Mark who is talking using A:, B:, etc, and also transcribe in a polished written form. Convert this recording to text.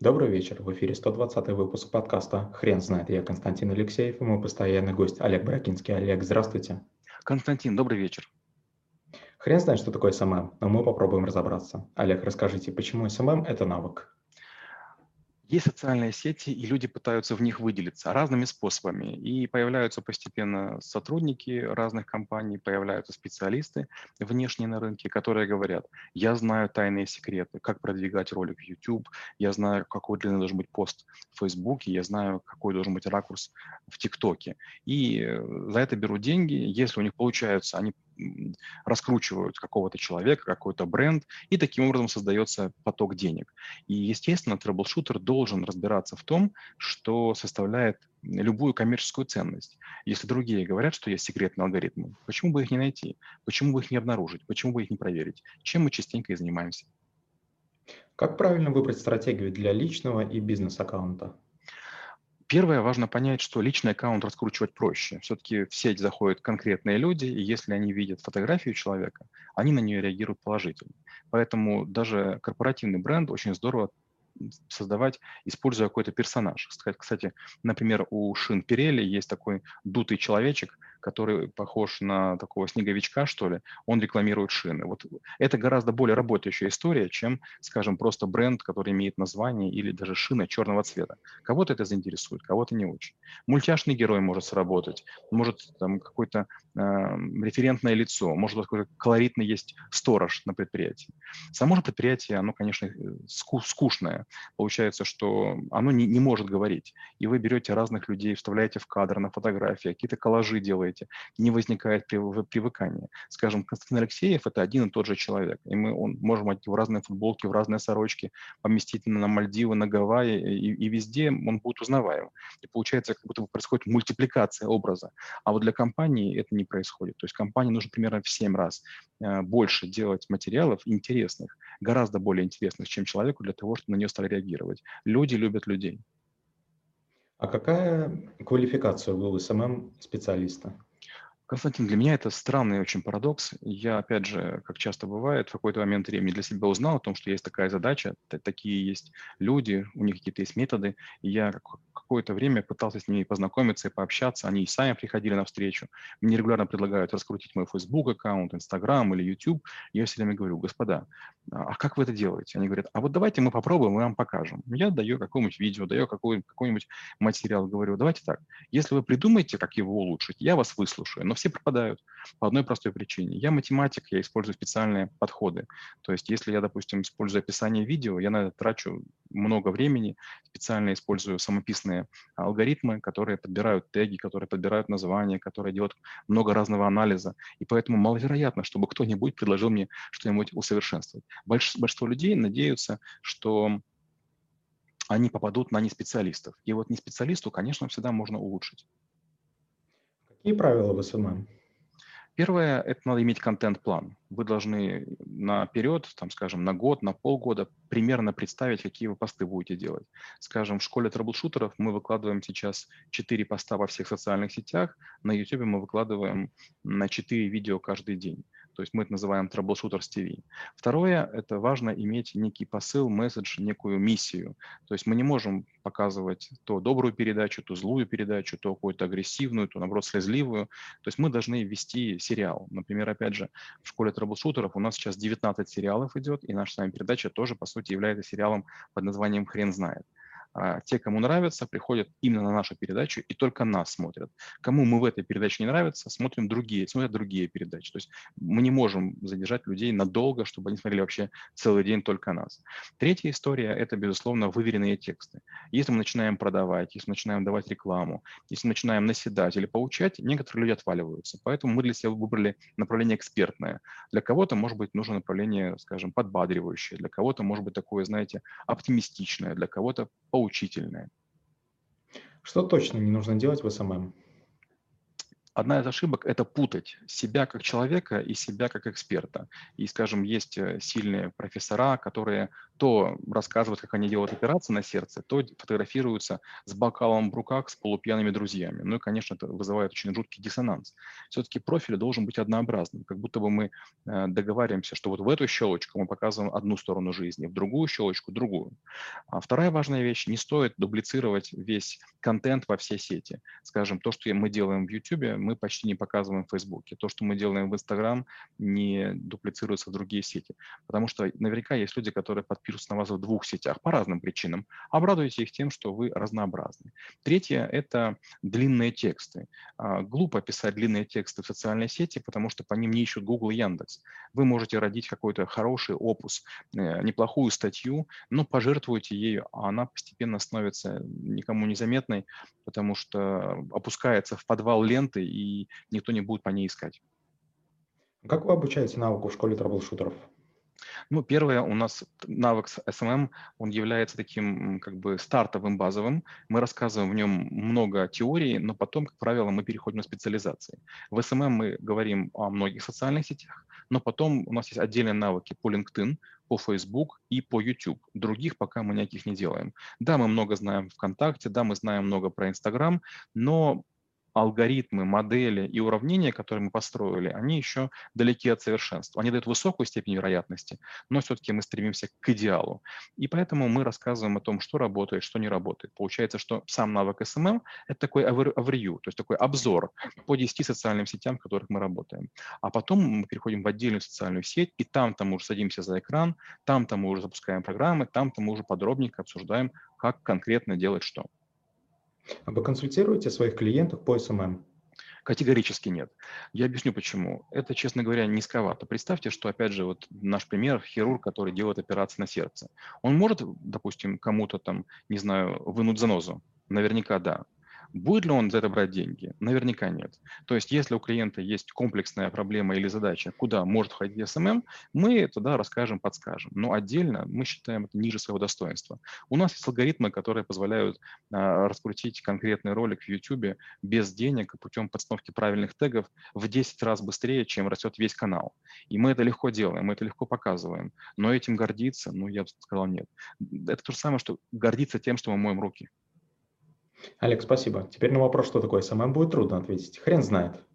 A: Добрый вечер. В эфире 120-й выпуск подкаста «Хрен знает». Я Константин Алексеев и мой постоянный гость Олег Брагинский. Олег, здравствуйте.
B: Константин, добрый вечер.
A: Хрен знает, что такое СММ, но мы попробуем разобраться. Олег, расскажите, почему СММ – это навык?
B: Есть социальные сети, и люди пытаются в них выделиться разными способами. И появляются постепенно сотрудники разных компаний, появляются специалисты внешние на рынке, которые говорят: я знаю тайные секреты, как продвигать ролик в YouTube, я знаю, какой длины должен быть пост в Facebook, я знаю, какой должен быть ракурс в ТикТоке. И за это берут деньги. Если у них получается, они раскручивают какого-то человека, какой-то бренд, и таким образом создается поток денег. И, естественно, трэблшутер должен разбираться в том, что составляет любую коммерческую ценность. Если другие говорят, что есть секретные алгоритмы, почему бы их не найти? Почему бы их не обнаружить? Почему бы их не проверить? Чем мы частенько и занимаемся.
A: Как правильно выбрать стратегию для личного и бизнес-аккаунта?
B: Первое, важно понять, что личный аккаунт раскручивать проще. Все-таки в сеть заходят конкретные люди, и если они видят фотографию человека, они на нее реагируют положительно. Поэтому даже корпоративный бренд очень здорово создавать, используя какой-то персонаж. Кстати, например, у шин Pirelli есть такой дутый человечек, который похож на такого снеговичка, что ли. Он рекламирует шины. Вот это гораздо более работающая история, чем, скажем, просто бренд, который имеет название или даже шина черного цвета. Кого-то это заинтересует, кого-то не очень. Мультяшный герой может сработать, может там какое-то референтное лицо, может какой-то колоритный есть сторож на предприятии. Само же предприятие, оно, конечно, скучное. Получается, что оно не может говорить. И вы берете разных людей, вставляете в кадр, на фотографии, какие-то коллажи делаете. Не возникает привыкания. Скажем, Константин Алексеев – это один и тот же человек. И мы можем одеть в разные футболки, в разные сорочки, поместить на Мальдивы, на Гавайи, и везде он будет узнаваем. И получается, как будто бы происходит мультипликация образа. А вот для компании это не происходит. То есть компании нужно примерно в 7 раз больше делать материалов интересных, гораздо более интересных, чем человеку, для того, чтобы на нее стали реагировать. Люди любят людей.
A: А какая квалификация у СММ-специалиста?
B: Константин, для меня это странный очень парадокс. Я, опять же, как часто бывает, в какой-то момент времени для себя узнал о том, что есть такая задача, такие есть люди, у них какие-то есть методы, и я какое-то время пытался с ними познакомиться и пообщаться, они и сами приходили на встречу. Мне регулярно предлагают раскрутить мой Facebook аккаунт, Instagram или YouTube. Я все время говорю: господа, а как вы это делаете? Они говорят: а вот давайте мы попробуем, мы вам покажем. Я даю какое-нибудь видео, даю какой-нибудь материал, говорю: давайте так, если вы придумаете, как его улучшить, я вас выслушаю. Но все пропадают по одной простой причине. Я математик, я использую специальные подходы. То есть если я, допустим, использую описание видео, я на это трачу много времени, специально использую самописные алгоритмы, которые подбирают теги, которые подбирают названия, которые делают много разного анализа. И поэтому маловероятно, чтобы кто-нибудь предложил мне что-нибудь усовершенствовать. Большинство людей надеются, что они попадут на неспециалистов. И вот неспециалисту, конечно, всегда можно улучшить.
A: Какие правила в СММ?
B: Первое – это надо иметь контент-план. Вы должны наперед, там, скажем, на год, на полгода примерно представить, какие вы посты будете делать. Скажем, в школе трэблшутеров мы выкладываем сейчас 4 поста во всех социальных сетях, на YouTube мы выкладываем на 4 видео каждый день. То есть мы это называем Troubleshooters TV. Второе – это важно иметь некий посыл, месседж, некую миссию. То есть мы не можем показывать то добрую передачу, то злую передачу, то какую-то агрессивную, то, наоборот, слезливую. То есть мы должны вести сериал. Например, опять же, в школе трэблшутеров у нас сейчас 19 сериалов идет, и наша с вами передача тоже, по сути, является сериалом под названием «Хрен знает». Те, кому нравится, приходят именно на нашу передачу и только нас смотрят. Кому мы в этой передаче не нравится, смотрят другие передачи. То есть мы не можем задержать людей надолго, чтобы они смотрели вообще целый день только нас. Третья история – это, безусловно, выверенные тексты. Если мы начинаем продавать, если мы начинаем давать рекламу, если мы начинаем наседать или поучать, некоторые люди отваливаются. Поэтому мы для себя выбрали направление экспертное. Для кого-то, может быть, нужно направление, скажем, подбадривающее, для кого-то, может быть, такое, знаете, оптимистичное, для кого-то поучительное.
A: Что точно не нужно делать в СММ?
B: Одна из ошибок – это путать себя как человека и себя как эксперта. И, скажем, есть сильные профессора, которые то рассказывают, как они делают операции на сердце, то фотографируются с бокалом в руках с полупьяными друзьями. Ну и, конечно, это вызывает очень жуткий диссонанс. Все-таки профиль должен быть однообразным, как будто бы мы договариваемся, что вот в эту щелочку мы показываем одну сторону жизни, в другую щелочку – другую. А вторая важная вещь – не стоит дублицировать весь контент во все сети. Скажем, то, что мы делаем в YouTube, мы почти не показываем в Facebook. То, что мы делаем в Instagram, не дуплицируется в другие сети. Потому что наверняка есть люди, которые подпишутся на вас в двух сетях по разным причинам. Обрадуйте их тем, что вы разнообразны. Третье – это длинные тексты. Глупо писать длинные тексты в социальной сети, потому что по ним не ищут Google и Яндекс. Вы можете родить какой-то хороший опус, неплохую статью, но пожертвуйте ею, а она постепенно становится никому незаметной, потому что опускается в подвал ленты, и никто не будет по ней искать.
A: Как вы обучаете навыку в школе трэблшутеров?
B: Ну, первое, у нас навык с SMM, он является таким как бы стартовым, базовым. Мы рассказываем в нем много теорий, но потом, как правило, мы переходим на специализации. В SMM мы говорим о многих социальных сетях, но потом у нас есть отдельные навыки по LinkedIn, по Facebook и по YouTube. Других пока мы никаких не делаем. Да, мы много знаем ВКонтакте, да, мы знаем много про Инстаграм, но алгоритмы, модели и уравнения, которые мы построили, они еще далеки от совершенства. Они дают высокую степень вероятности, но все-таки мы стремимся к идеалу. И поэтому мы рассказываем о том, что работает, что не работает. Получается, что сам навык SMM – это такой overview, то есть такой обзор по 10 социальным сетям, в которых мы работаем. А потом мы переходим в отдельную социальную сеть, и там-то мы уже садимся за экран, там-то мы уже запускаем программы, там-то мы уже подробненько обсуждаем, как конкретно делать что.
A: А вы консультируете своих клиентов по SMM?
B: Категорически нет. Я объясню почему. Это, честно говоря, низковато. Представьте, что, опять же, вот наш пример, хирург, который делает операции на сердце. Он может, допустим, кому-то там, не знаю, вынуть занозу? Наверняка да. Будет ли он за это брать деньги? Наверняка нет. То есть, если у клиента есть комплексная проблема или задача, куда может входить СММ, мы тогда расскажем, подскажем. Но отдельно мы считаем это ниже своего достоинства. У нас есть алгоритмы, которые позволяют раскрутить конкретный ролик в YouTube без денег путем подстановки правильных тегов в 10 раз быстрее, чем растет весь канал. И мы это легко делаем, мы это легко показываем. Но этим гордиться, ну, я бы сказал, нет. Это то же самое, что гордиться тем, что мы моем руки.
A: Олег, спасибо. Теперь на вопрос, что такое SMM, будет трудно ответить. Хрен знает.